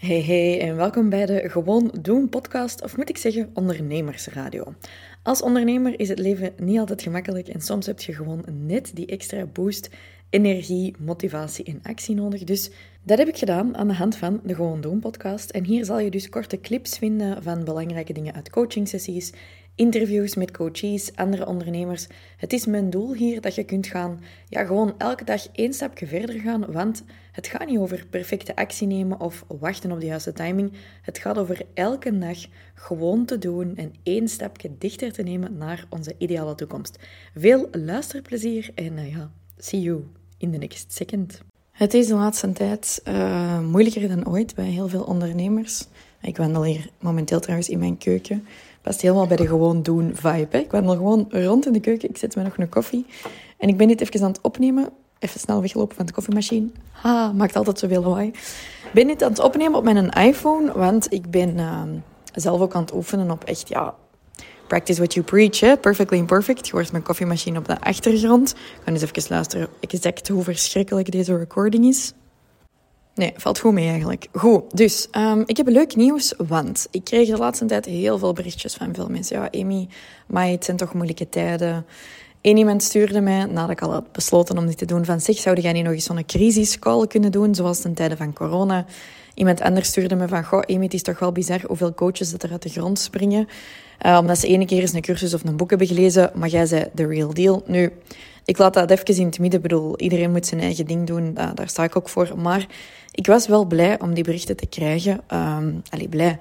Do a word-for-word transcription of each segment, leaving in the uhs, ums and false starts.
Hey hey en welkom bij de Gewoon Doen podcast, of moet ik zeggen ondernemersradio. Als ondernemer is het leven niet altijd gemakkelijk en soms heb je gewoon net die extra boost, energie, motivatie en actie nodig. Dus dat heb ik gedaan aan de hand van de Gewoon Doen podcast. En hier zal je dus korte clips vinden van belangrijke dingen uit coachingsessies, interviews met coaches, andere ondernemers. Het is mijn doel hier dat je kunt gaan, ja, gewoon elke dag één stapje verder gaan, want het gaat niet over perfecte actie nemen of wachten op de juiste timing. Het gaat over elke dag gewoon te doen en één stapje dichter te nemen naar onze ideale toekomst. Veel luisterplezier en uh, ja, see you in the next second. Het is de laatste tijd uh, moeilijker dan ooit bij heel veel ondernemers. Ik wandel hier momenteel trouwens in mijn keuken. Past helemaal bij de gewoon doen vibe. Hè? Ik wandel gewoon rond in de keuken. Ik zet me nog een koffie. En ik ben dit even aan het opnemen. Even snel weglopen van de koffiemachine. Ha, maakt altijd zoveel lawaai. Ik ben dit aan het opnemen op mijn iPhone. Want ik ben uh, zelf ook aan het oefenen op echt, ja... Practice what you preach, hè? Perfectly imperfect. Je hoort mijn koffiemachine op de achtergrond. Ik ga eens even luisteren exact hoe verschrikkelijk deze recording is. Nee, valt goed mee eigenlijk. Goed, dus um, ik heb leuk nieuws, want ik kreeg de laatste tijd heel veel berichtjes van veel mensen. Ja, Amy, maar het zijn toch moeilijke tijden. Eén iemand stuurde mij, nadat ik al had besloten om dit te doen, van zeg, zou jij niet nog eens zo'n crisiscall kunnen doen, zoals ten tijde van corona? Iemand anders stuurde me van, goh, Amy, het is toch wel bizar hoeveel coaches dat er uit de grond springen. Uh, omdat ze ene keer eens een cursus of een boek hebben gelezen, maar jij zei the real deal. Nu, ik laat dat even in het midden. Ik bedoel, iedereen moet zijn eigen ding doen. Uh, daar sta ik ook voor. Maar ik was wel blij om die berichten te krijgen. Um, allee, blij.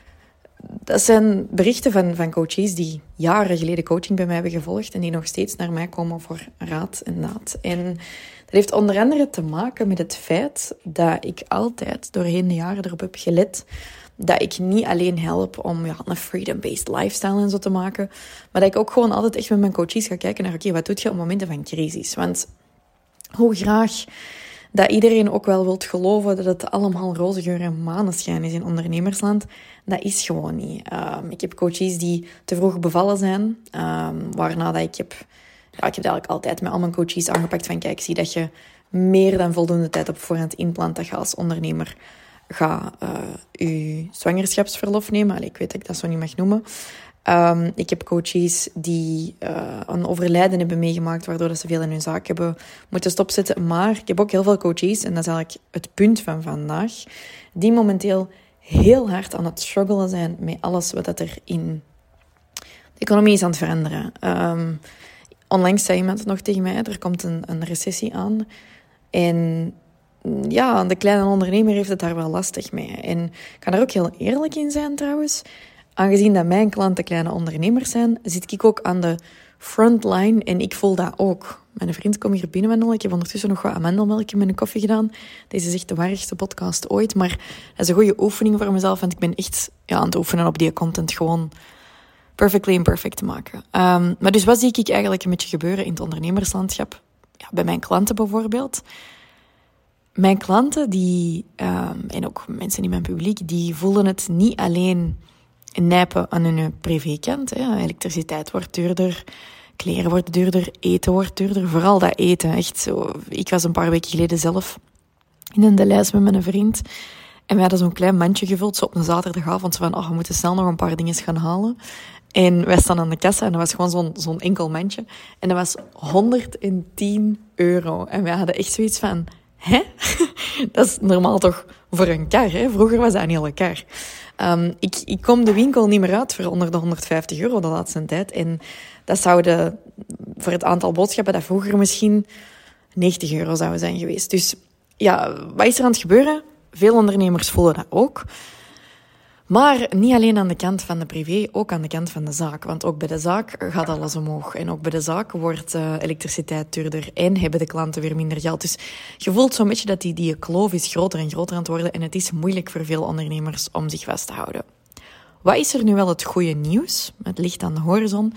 Dat zijn berichten van, van coaches die jaren geleden coaching bij mij hebben gevolgd en die nog steeds naar mij komen voor raad en daad. En dat heeft onder andere te maken met het feit dat ik altijd doorheen de jaren erop heb gelet dat ik niet alleen help om ja, een freedom-based lifestyle en zo te maken, maar dat ik ook gewoon altijd echt met mijn coaches ga kijken naar, oké, okay, wat doe je op momenten van crisis? Want hoe graag dat iedereen ook wel wilt geloven dat het allemaal roze geur en maneschijn is in ondernemersland, dat is gewoon niet. Um, ik heb coaches die te vroeg bevallen zijn, um, waarna dat ik heb... Ja, ik heb eigenlijk altijd met al mijn coaches aangepakt van, kijk, zie dat je meer dan voldoende tijd op voorhand inplant dat je als ondernemer ga uh, je zwangerschapsverlof nemen. Allee, ik weet dat ik dat zo niet mag noemen. Um, ik heb coaches die uh, een overlijden hebben meegemaakt, waardoor dat ze veel in hun zaak hebben moeten stopzetten. Maar ik heb ook heel veel coaches, en dat is eigenlijk het punt van vandaag, die momenteel heel hard aan het struggelen zijn met alles wat dat er in de economie is aan het veranderen. Um, onlangs zei iemand nog tegen mij, er komt een, een recessie aan. En ja, de kleine ondernemer heeft het daar wel lastig mee. En ik kan daar ook heel eerlijk in zijn trouwens. Aangezien dat mijn klanten kleine ondernemers zijn, zit ik ook aan de frontline en ik voel dat ook. Mijn vriend komt hier binnenwandelen. Ik heb ondertussen nog wat amandelmelk in mijn koffie gedaan. Deze is echt de warrigste podcast ooit, maar dat is een goede oefening voor mezelf, want ik ben echt ja, aan het oefenen op die content gewoon perfectly imperfect te maken. Um, maar dus wat zie ik eigenlijk een beetje gebeuren in het ondernemerslandschap? Ja, bij mijn klanten bijvoorbeeld. Mijn klanten, die, um, en ook mensen in mijn publiek, die voelen het niet alleen nijpen aan hun privékant. Hè. Elektriciteit wordt duurder, kleren worden duurder, eten wordt duurder. Vooral dat eten, echt zo. Ik was een paar weken geleden zelf in een Delijs met mijn vriend. En wij hadden zo'n klein mandje gevuld, zo op een zaterdagavond. Zo van, oh, we moeten snel nog een paar dingen gaan halen. En wij staan aan de kassa en dat was gewoon zo'n, zo'n enkel mandje. En dat was honderdtien euro. En wij hadden echt zoiets van, hè? Dat is normaal toch voor een kar, hè? Vroeger was dat een hele kar. Um, ik, ik kom de winkel niet meer uit voor onder de honderdvijftig euro de laatste tijd. En dat zouden voor het aantal boodschappen dat vroeger misschien negentig euro zouden zijn geweest. Dus ja, wat is er aan het gebeuren? Veel ondernemers voelen dat ook. Maar niet alleen aan de kant van de privé, ook aan de kant van de zaak. Want ook bij de zaak gaat alles omhoog. En ook bij de zaak wordt uh, elektriciteit duurder en hebben de klanten weer minder geld. Dus je voelt zo'n beetje dat die, die kloof is groter en groter aan het worden. En het is moeilijk voor veel ondernemers om zich vast te houden. Wat is er nu wel het goede nieuws? Het licht aan de horizon.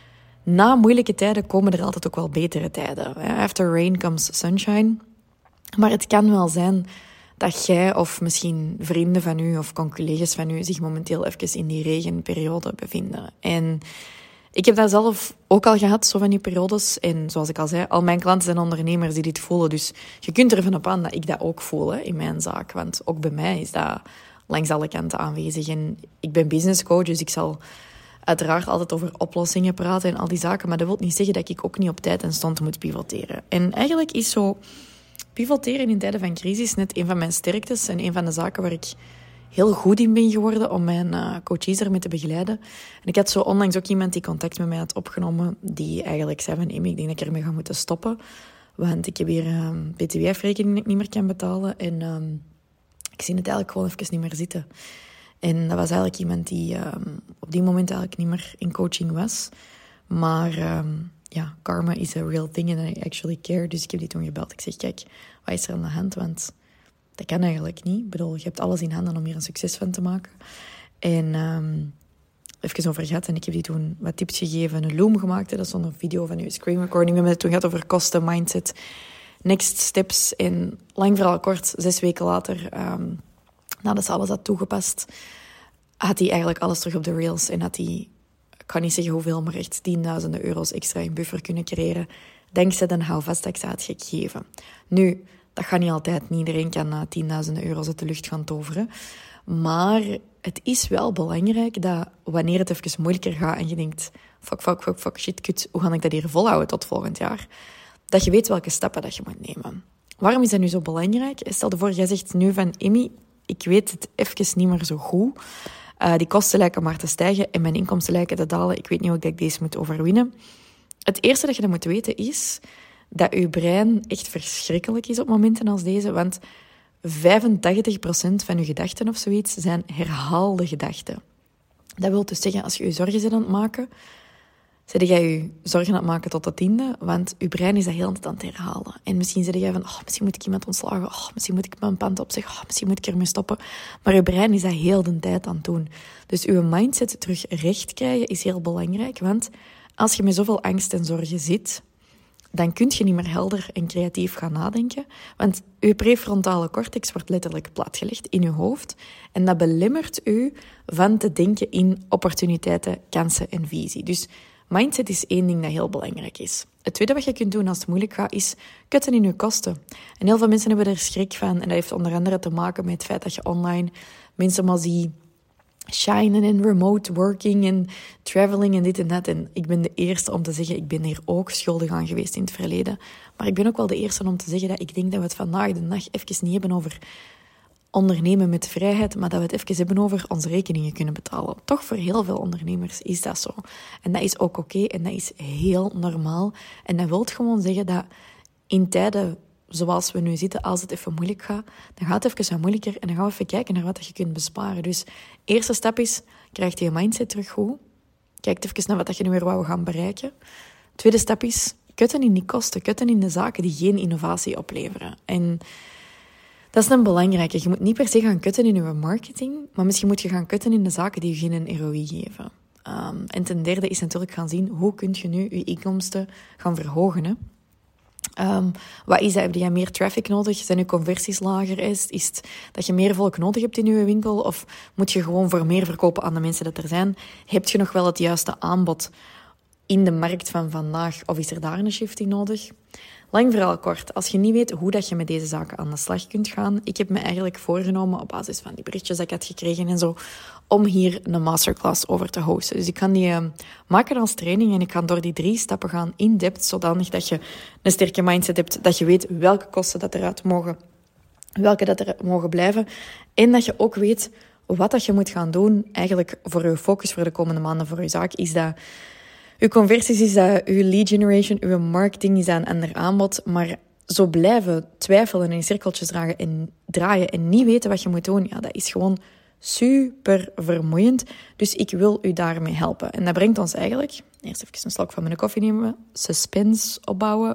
Na moeilijke tijden komen er altijd ook wel betere tijden. After rain comes sunshine. Maar het kan wel zijn dat jij of misschien vrienden van u of collega's van u zich momenteel even in die regenperiode bevinden. En ik heb dat zelf ook al gehad, zo van die periodes. En zoals ik al zei, al mijn klanten zijn ondernemers die dit voelen. Dus je kunt ervan op aan dat ik dat ook voel hè, in mijn zaak. Want ook bij mij is dat langs alle kanten aanwezig. En ik ben business coach, dus ik zal uiteraard altijd over oplossingen praten en al die zaken. Maar dat wil niet zeggen dat ik ook niet op tijd en stond moet pivoteren. En eigenlijk is zo pivoteren in tijden van crisis net een van mijn sterktes en een van de zaken waar ik heel goed in ben geworden om mijn uh, coaches ermee te begeleiden. En ik had zo onlangs ook iemand die contact met mij had opgenomen, die eigenlijk zei van, Amy, ik denk dat ik ermee ga moeten stoppen. Want ik heb hier een B T W F-rekening die ik niet meer kan betalen. En um, ik zie het eigenlijk gewoon even niet meer zitten. En dat was eigenlijk iemand die um, op die moment eigenlijk niet meer in coaching was. Maar um, ja, karma is a real thing and I actually care. Dus ik heb die toen gebeld. Ik zeg, kijk, wat is er aan de hand? Want dat kan eigenlijk niet. Ik bedoel, je hebt alles in handen om hier een succes van te maken. En um, even over gehad. En ik heb die toen wat tips gegeven. Een loom gemaakt. Hè. Dat is een video van uw screen recording. We hebben het toen gehad over kosten, mindset, next steps. En lang verhaal kort, zes weken later, um, nadat ze alles had toegepast, had hij eigenlijk alles terug op de rails. En had hij, ik kan niet zeggen hoeveel, maar echt tienduizenden euro's extra in buffer kunnen creëren. Dankzij de houvast dat ik ze had gegeven. Nu, dat gaat niet altijd. Niet iedereen kan uh, tienduizenden euro's uit de lucht gaan toveren. Maar het is wel belangrijk dat wanneer het even moeilijker gaat en je denkt, fuck, fuck, fuck, fuck, shit, kut, hoe ga ik dat hier volhouden tot volgend jaar? Dat je weet welke stappen dat je moet nemen. Waarom is dat nu zo belangrijk? Stel je voor, jij zegt nu van, Emmy, ik weet het even niet meer zo goed. Uh, die kosten lijken maar te stijgen en mijn inkomsten lijken te dalen. Ik weet niet hoe ik deze moet overwinnen. Het eerste dat je dan moet weten is dat je brein echt verschrikkelijk is op momenten als deze. Want vijfentachtig procent van je gedachten of zoiets zijn herhaalde gedachten. Dat wil dus zeggen, als je je zorgen bent aan het maken, zit jij je zorgen aan het maken tot de tiende, want je brein is dat heel de tijd aan het herhalen. En misschien zit jij van, oh, misschien moet ik iemand ontslagen, oh, misschien moet ik mijn pand opzeggen, oh, misschien moet ik ermee stoppen. Maar je brein is dat heel de tijd aan het doen. Dus je mindset terug recht krijgen is heel belangrijk, want als je met zoveel angst en zorgen zit, dan kun je niet meer helder en creatief gaan nadenken. Want je prefrontale cortex wordt letterlijk platgelegd in je hoofd. En dat belemmert u van te denken in opportuniteiten, kansen en visie. Dus mindset is één ding dat heel belangrijk is. Het tweede wat je kunt doen als het moeilijk gaat, is kutten in je kosten. En heel veel mensen hebben er schrik van. En dat heeft onder andere te maken met het feit dat je online mensen maar ziet shinen en remote working en traveling en dit en dat. En ik ben de eerste om te zeggen, ik ben hier ook schuldig aan geweest in het verleden. Maar ik ben ook wel de eerste om te zeggen dat ik denk dat we het vandaag de dag even niet hebben over ondernemen met vrijheid, maar dat we het even hebben over onze rekeningen kunnen betalen. Toch voor heel veel ondernemers is dat zo. En dat is ook oké en dat is heel normaal. En dat wil gewoon zeggen dat in tijden zoals we nu zitten, als het even moeilijk gaat, dan gaat het even wat moeilijker en dan gaan we even kijken naar wat je kunt besparen. Dus eerste stap is, krijg je je mindset terug goed. Kijk even naar wat je nu weer wou gaan bereiken. Tweede stap is, kutten in die kosten, kutten in de zaken die geen innovatie opleveren. En dat is een belangrijke. Je moet niet per se gaan kutten in je marketing, maar misschien moet je gaan kutten in de zaken die je geen R O I geven. Um, en ten derde is natuurlijk gaan zien, hoe kun je nu je inkomsten gaan verhogen, hè? Um, wat is dat? Heb je meer traffic nodig? Zijn je conversies lager? Is, is het dat je meer volk nodig hebt in je winkel? Of moet je gewoon voor meer verkopen aan de mensen dat er zijn? Heb je nog wel het juiste aanbod in de markt van vandaag? Of is er daar een shift in nodig? Lang verhaal kort. Als je niet weet hoe dat je met deze zaken aan de slag kunt gaan, ik heb me eigenlijk voorgenomen op basis van die berichtjes dat ik had gekregen en zo, om hier een masterclass over te hosten. Dus ik kan die uh, maken als training en ik ga door die drie stappen gaan in depth, zodanig dat je een sterke mindset hebt, dat je weet welke kosten dat eruit mogen, welke dat er mogen blijven en dat je ook weet wat dat je moet gaan doen, eigenlijk voor je focus voor de komende maanden voor je zaak, is dat uw conversies, is dat uw lead generation, uw marketing, is dat een ander aanbod. Maar zo blijven twijfelen en in cirkeltjes dragen en draaien en niet weten wat je moet doen, ja, dat is gewoon super vermoeiend. Dus ik wil u daarmee helpen. En dat brengt ons eigenlijk, eerst even een slok van mijn koffie nemen, suspense opbouwen.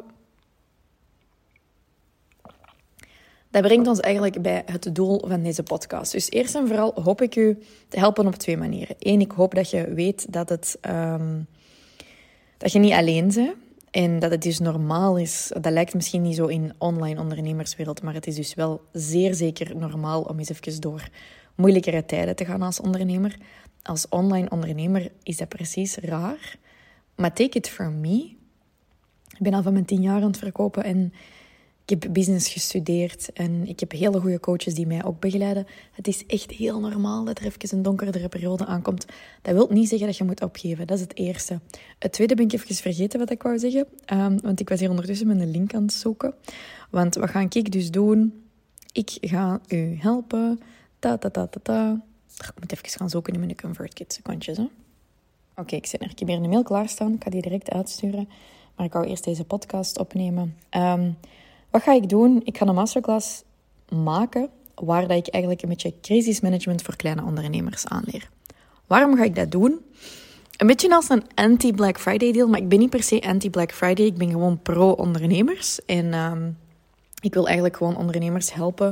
Dat brengt ons eigenlijk bij het doel van deze podcast. Dus eerst en vooral hoop ik u te helpen op twee manieren. Eén, ik hoop dat je weet dat het... Um, Dat je niet alleen bent en dat het dus normaal is. Dat lijkt misschien niet zo in online ondernemerswereld, maar het is dus wel zeer zeker normaal om eens even door moeilijkere tijden te gaan als ondernemer. Als online ondernemer is dat precies raar. Maar take it from me. Ik ben al van mijn tien jaar aan het verkopen en Ik heb business gestudeerd en ik heb hele goede coaches die mij ook begeleiden. Het is echt heel normaal dat er even een donkerdere periode aankomt. Dat wil niet zeggen dat je moet opgeven. Dat is het eerste. Het tweede ben ik even vergeten wat ik wou zeggen. Um, want ik was hier ondertussen met een link aan het zoeken. Want wat ga ik dus doen? Ik ga u helpen. Ta ta ta ta ta. Ik moet even gaan zoeken in mijn ConvertKit. Secondjes, hè. Oké, okay, ik zit er. Ik heb hier een mail klaarstaan. Ik ga die direct uitsturen. Maar ik wou eerst deze podcast opnemen. Um, wat ga ik doen? Ik ga een masterclass maken waar dat ik eigenlijk een beetje crisismanagement voor kleine ondernemers aanleer. Waarom ga ik dat doen? Een beetje als een anti-Black Friday deal, maar ik ben niet per se anti-Black Friday. Ik ben gewoon pro-ondernemers. En um, ik wil eigenlijk gewoon ondernemers helpen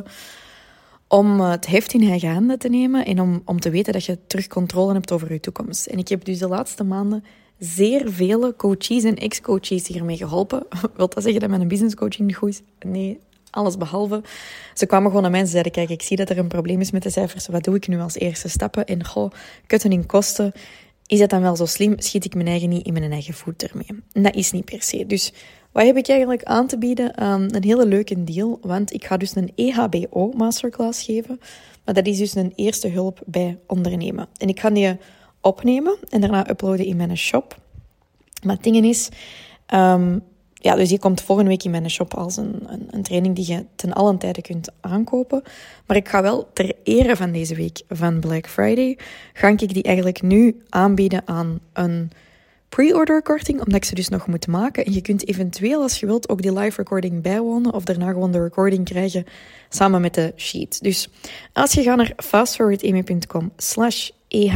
om het heft in eigen handen te nemen en om, om te weten dat je terug controle hebt over je toekomst. En ik heb dus de laatste maanden zeer vele coaches en ex-coaches hiermee geholpen. Wil dat zeggen dat mijn business coaching niet goed is? Nee, alles behalve. Ze kwamen gewoon naar mij en zeiden, kijk, ik zie dat er een probleem is met de cijfers. Wat doe ik nu als eerste stappen? En goh, kutten in kosten. Is dat dan wel zo slim? Schiet ik mijn eigen niet in mijn eigen voet ermee? En dat is niet per se. Dus wat heb ik eigenlijk aan te bieden? Um, een hele leuke deal, want ik ga dus een E H B O masterclass geven. Maar dat is dus een eerste hulp bij ondernemen. En ik ga die opnemen en daarna uploaden in mijn shop. Maar het ding is, um, ja, dus die komt volgende week in mijn shop als een, een, een training die je ten allen tijde kunt aankopen. Maar ik ga wel ter ere van deze week, van Black Friday, ga ik die eigenlijk nu aanbieden aan een pre-order korting, omdat ik ze dus nog moet maken. En je kunt eventueel, als je wilt, ook die live recording bijwonen of daarna gewoon de recording krijgen samen met de sheet. Dus als je gaat naar fastforwardamy.com slash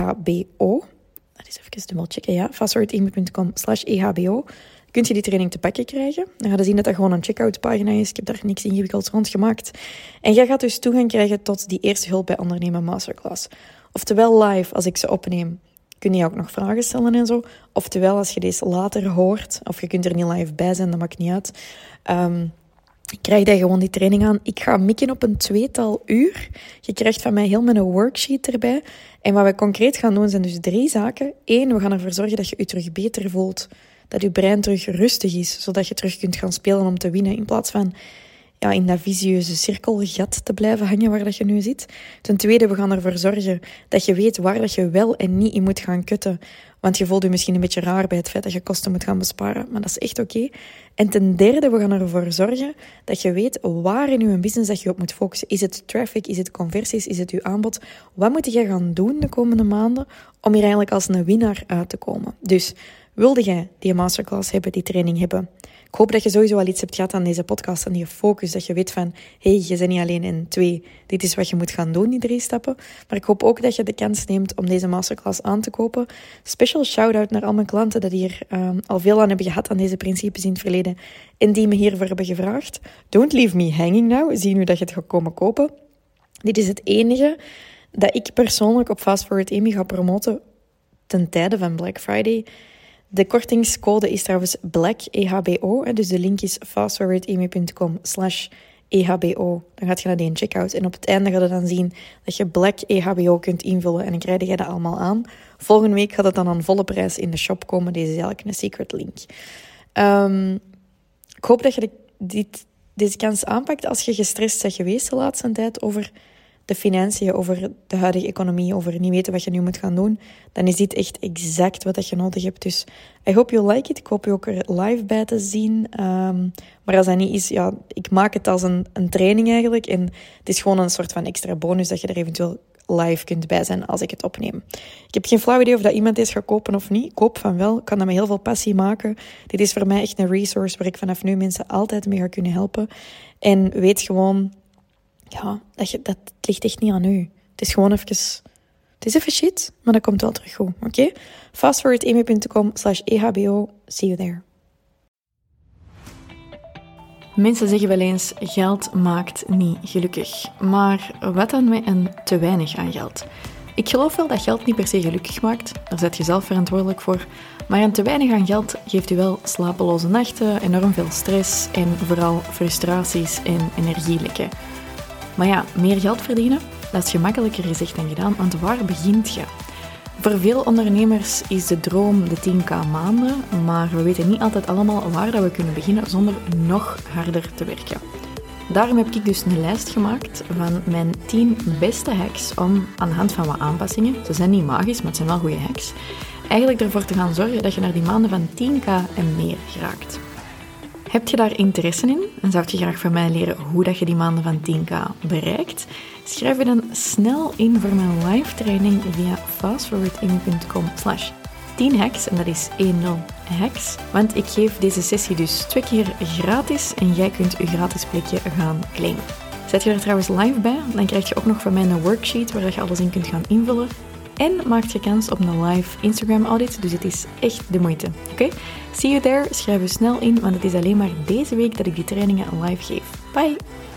ehbo, dat is even dubbel checken, ja, fastforwardamy.com slash ehbo, kun je die training te pakken krijgen. Dan ga je zien dat dat gewoon een checkout pagina is. Ik heb daar niks ingewikkelds rond gemaakt. En jij gaat dus toegang krijgen tot die eerste hulp bij ondernemen masterclass. Oftewel live, als ik ze opneem, kun je ook nog vragen stellen en zo. Oftewel, als je deze later hoort, of je kunt er niet live bij zijn, dat maakt niet uit. Um, krijg je gewoon die training aan. Ik ga mikken op een tweetal uur. Je krijgt van mij heel mijn worksheet erbij. En wat we concreet gaan doen, zijn dus drie zaken. Eén, we gaan ervoor zorgen dat je je terug beter voelt. Dat je brein terug rustig is, zodat je terug kunt gaan spelen om te winnen, in plaats van ja, in dat visieuze cirkelgat te blijven hangen waar dat je nu zit. Ten tweede, we gaan ervoor zorgen dat je weet waar dat je wel en niet in moet gaan kutten. Want je voelt je misschien een beetje raar bij het feit dat je kosten moet gaan besparen. Maar dat is echt oké. Okay. En ten derde, we gaan ervoor zorgen dat je weet waar in je business dat je op moet focussen. Is het traffic? Is het conversies? Is het je aanbod? Wat moet je gaan doen de komende maanden om hier eigenlijk als een winnaar uit te komen? Dus wilde jij die masterclass hebben, die training hebben? Ik hoop dat je sowieso al iets hebt gehad aan deze podcast, aan die focus, dat je weet van, hé, hey, je bent niet alleen in twee, dit is wat je moet gaan doen, die drie stappen. Maar ik hoop ook dat je de kans neemt om deze masterclass aan te kopen. Special shout-out naar al mijn klanten die hier um, al veel aan hebben gehad aan deze principes in het verleden en die me hiervoor hebben gevraagd. Don't leave me hanging now, zie nu dat je het gaat komen kopen. Dit is het enige dat ik persoonlijk op Fast Forward Amy ga promoten ten tijde van Black Friday. De kortingscode is trouwens Black E H B O. Dus de link is fastforwardamy.com slash ehbo. Dan gaat je naar die checkout. En op het einde ga je dan zien dat je Black E H B O kunt invullen. En dan krijg je dat allemaal aan. Volgende week gaat het dan aan volle prijs in de shop komen. Deze is eigenlijk een secret link. Um, ik hoop dat je de, dit, deze kans aanpakt als je gestrest bent geweest de laatste tijd over de financiën, over de huidige economie, over niet weten wat je nu moet gaan doen, dan is dit echt exact wat je nodig hebt. Dus I hope you like it. Ik hoop je ook er live bij te zien. Um, maar als dat niet is, ja, ik maak het als een, een training eigenlijk. En het is gewoon een soort van extra bonus dat je er eventueel live kunt bij zijn als ik het opneem. Ik heb geen flauw idee of dat iemand deze gaat kopen of niet. Ik hoop van wel. Ik kan dat met heel veel passie maken. Dit is voor mij echt een resource waar ik vanaf nu mensen altijd mee ga kunnen helpen. En weet gewoon, ja, dat, je, dat het ligt echt niet aan u. Het is gewoon even, het is even shit, maar dat komt wel terug goed. Oké? Okay? fastforwardamy.com slash ehbo. See you there. Mensen zeggen wel eens, geld maakt niet gelukkig. Maar wat dan met een te weinig aan geld? Ik geloof wel dat geld niet per se gelukkig maakt. Daar zet je zelf verantwoordelijk voor. Maar een te weinig aan geld geeft u wel slapeloze nachten, enorm veel stress en vooral frustraties en energielekken. Maar ja, meer geld verdienen, dat is gemakkelijker gezegd dan gedaan, want waar begint je? Voor veel ondernemers is de droom de tien k maanden, maar we weten niet altijd allemaal waar dat we kunnen beginnen zonder nog harder te werken. Daarom heb ik dus een lijst gemaakt van mijn tien beste hacks om aan de hand van wat aanpassingen, ze zijn niet magisch, maar het zijn wel goede hacks, eigenlijk ervoor te gaan zorgen dat je naar die maanden van tien k en meer geraakt. Heb je daar interesse in en zou je graag van mij leren hoe dat je die maanden van tien k bereikt? Schrijf je dan snel in voor mijn live training via fastforwarding.com slash tien hacks en dat is tien hacks. Want ik geef deze sessie dus twee keer gratis en jij kunt je gratis plekje gaan claimen. Zet je er trouwens live bij, dan krijg je ook nog van mij een worksheet waar je alles in kunt gaan invullen. En maakt je kans op een live Instagram audit, dus het is echt de moeite. Oké? Okay? See you there, schrijf je snel in, want het is alleen maar deze week dat ik die trainingen live geef. Bye!